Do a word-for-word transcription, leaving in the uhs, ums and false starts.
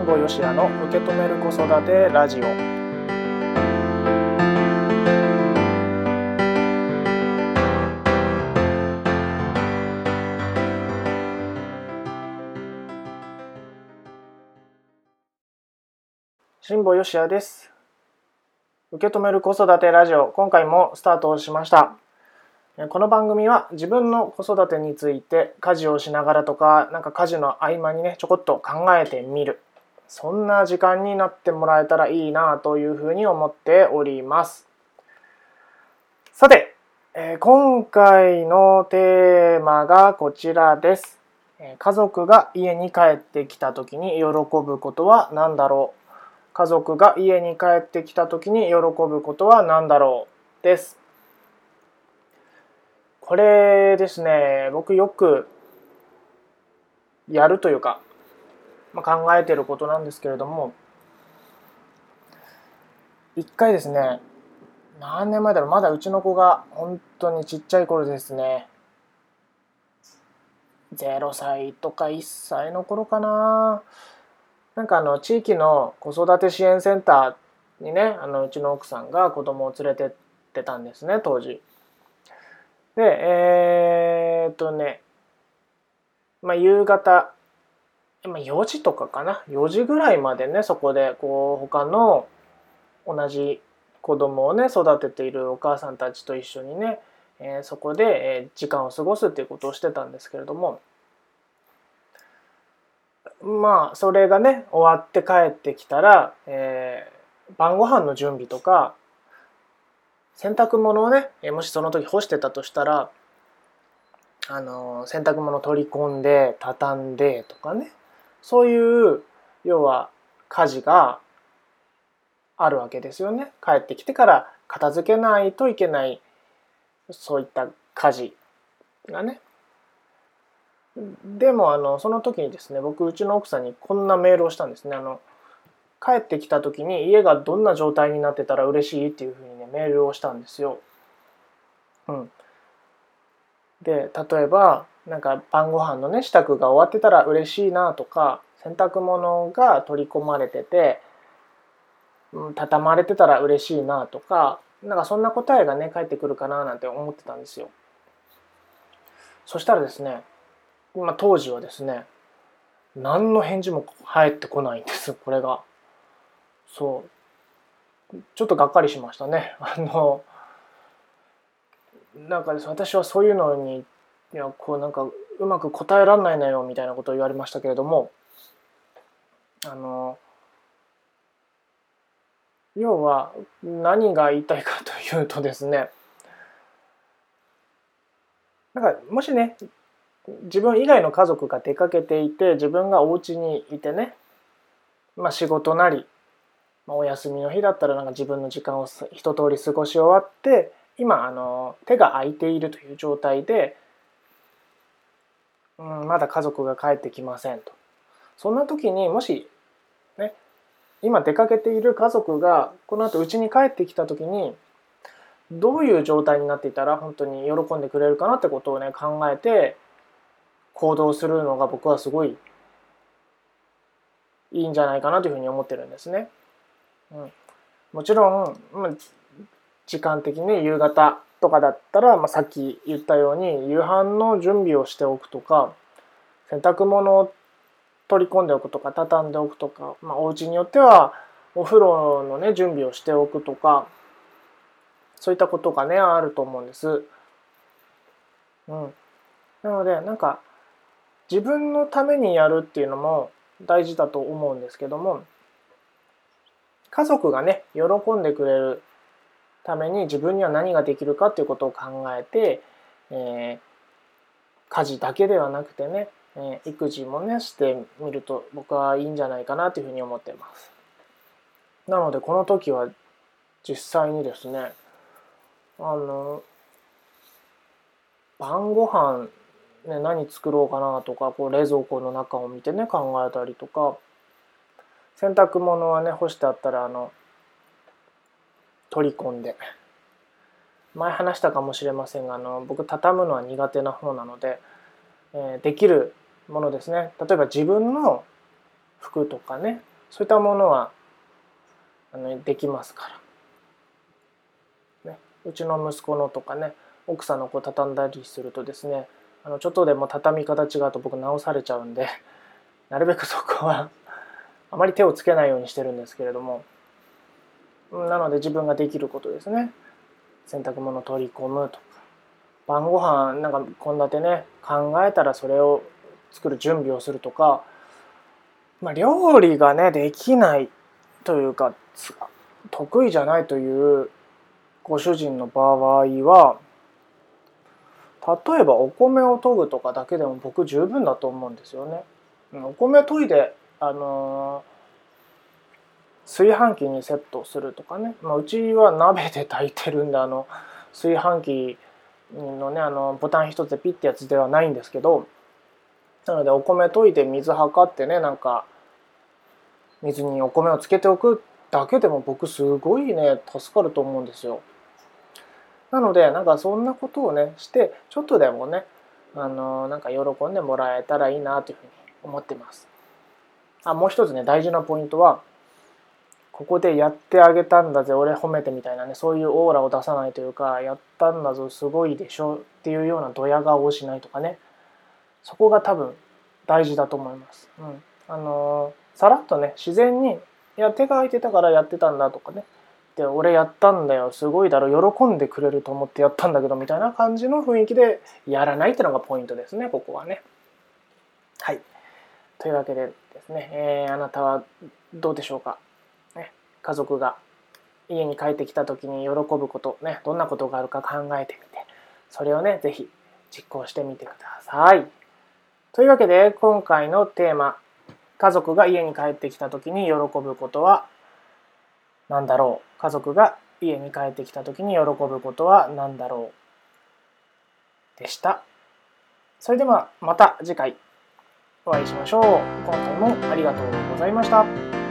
保よしやの受け止める子育てラジオ。辛坊よしやです。受け止める子育てラジオ、今回もスタートをしました。この番組は自分の子育てについて家事をしながらとか、なんか家事の合間にねちょこっと考えてみる、そんな時間になってもらえたらいいなというふうに思っております。さて、えー、今回のテーマがこちらです。家族が家に帰ってきた時に喜ぶことは何だろう。家族が家に帰ってきた時に喜ぶことは何だろうです。これですね、僕よくやるというか、まあ、考えていることなんですけれども、一回ですね、何年前だろう、まだうちの子が本当にちっちゃい頃ですね、ゼロさいとかいっさいの頃かな、なんかあの地域の子育て支援センターにね、あのうちの奥さんが子供を連れてってたんですね、当時。で、えー、っとね、まあ、夕方、まあ、よじとかかな、よじぐらいまでね、そこでこう他の同じ子供をね育てているお母さんたちと一緒にね、えー、そこで、えー、時間を過ごすっていうことをしてたんですけれども、まあそれがね終わって帰ってきたら、えー、晩ご飯の準備とか洗濯物をね、もしその時干してたとしたら、あの洗濯物取り込んで畳んでとかね、そういう要は家事があるわけですよね。帰ってきてから片付けないといけない、そういった家事がね。でもあのその時にですね、僕うちの奥さんにこんなメールをしたんですね。あの帰ってきた時に家がどんな状態になってたら嬉しいっていうふうにねメールをしたんですよ。うん。で例えばなんか晩ご飯のね支度が終わってたら嬉しいなとか、洗濯物が取り込まれてて、うん、畳まれてたら嬉しいなとか、なんかそんな答えがね返ってくるかななんて思ってたんですよ。そしたらですね、まあ、当時はですね何の返事も返ってこないんです、これが。そうちょっとがっかりしましたね。あのなんかです、私はそういうのにいやこうなんかうまく答えられないのよみたいなことを言われましたけれども、あの要は何が言いたいかというとですね、なんかもしね自分以外の家族が出かけていて自分がお家にいてね、まあ、仕事なり、まあ、お休みの日だったらなんか自分の時間を一通り過ごし終わって今あの手が空いているという状態で、うん、まだ家族が帰ってきませんと。そんな時にもしね今出かけている家族がこの後家に帰ってきた時にどういう状態になっていたら本当に喜んでくれるかなってことをね考えて行動するのが僕はすごいいいんじゃないかなというふうに思ってるんですね。うん、もちろん、まあ、時間的に夕方とかだったら、まあ、さっき言ったように夕飯の準備をしておくとか、洗濯物を取り込んでおくとか畳んでおくとか、まあ、お家によってはお風呂のね準備をしておくとか、そういったことがねあると思うんです。うん、なのでなんか自分のためにやるっていうのも大事だと思うんですけども、家族がね喜んでくれるために自分には何ができるかっていうことを考えて、えー、家事だけではなくてね、えー、育児もねしてみると僕はいいんじゃないかなというふうに思っています。なのでこの時は実際にですね、あの晩ご飯ね何作ろうかなとか、こう冷蔵庫の中を見てね考えたりとか、洗濯物はね干してあったらあの取り込んで、前話したかもしれませんがあの僕畳むのは苦手な方なので、えー、できるものですね、例えば自分の服とかね、 そういったものはあのできますから、ね、うちの息子のとかね、奥さんの子畳んだりするとですね、あのちょっとでも畳み方違うと僕直されちゃうんで、なるべくそこはあまり手をつけないようにしてるんですけれども、なので自分ができることですね、洗濯物取り込むとか、晩ご飯なんか献立ね考えたらそれを作る準備をするとか、まあ、料理がねできないというか得意じゃないというご主人の場合は、例えばお米を研ぐとかだけでも僕十分だと思うんですよね。お米研いで、あのー、炊飯器にセットするとかね、まあ、うちは鍋で炊いてるんで、あの炊飯器のねあのボタン一つでピッてやつではないんですけど、なのでお米研いで水測ってね、なんか水にお米をつけておくだけでも僕すごいね助かると思うんですよ。なのでなんかそんなことをねしてちょっとでもねあのなんか喜んでもらえたらいいなというふうに思ってます。あ、もう一つね大事なポイントは、ここでやってあげたんだぜ俺褒めてみたいなね、そういうオーラを出さないというか、やったんだぞすごいでしょっていうようなドヤ顔をしないとかね、そこが多分大事だと思います。うん、あのさらっとね自然に、いや手が空いてたからやってたんだとかね、で俺やったんだよすごいだろ喜んでくれると思ってやったんだけどみたいな感じの雰囲気でやらないっていうのがポイントですね、ここはね。はい、というわけでですね、えー、あなたはどうでしょうか、ね、家族が家に帰ってきた時に喜ぶことね、どんなことがあるか考えてみて、それをねぜひ実行してみてください。というわけで今回のテーマ、家族が家に帰ってきた時に喜ぶことは何だろう、家族が家に帰ってきた時に喜ぶことは何だろうでした。それではまた次回お会いしましょう。今回もありがとうございました。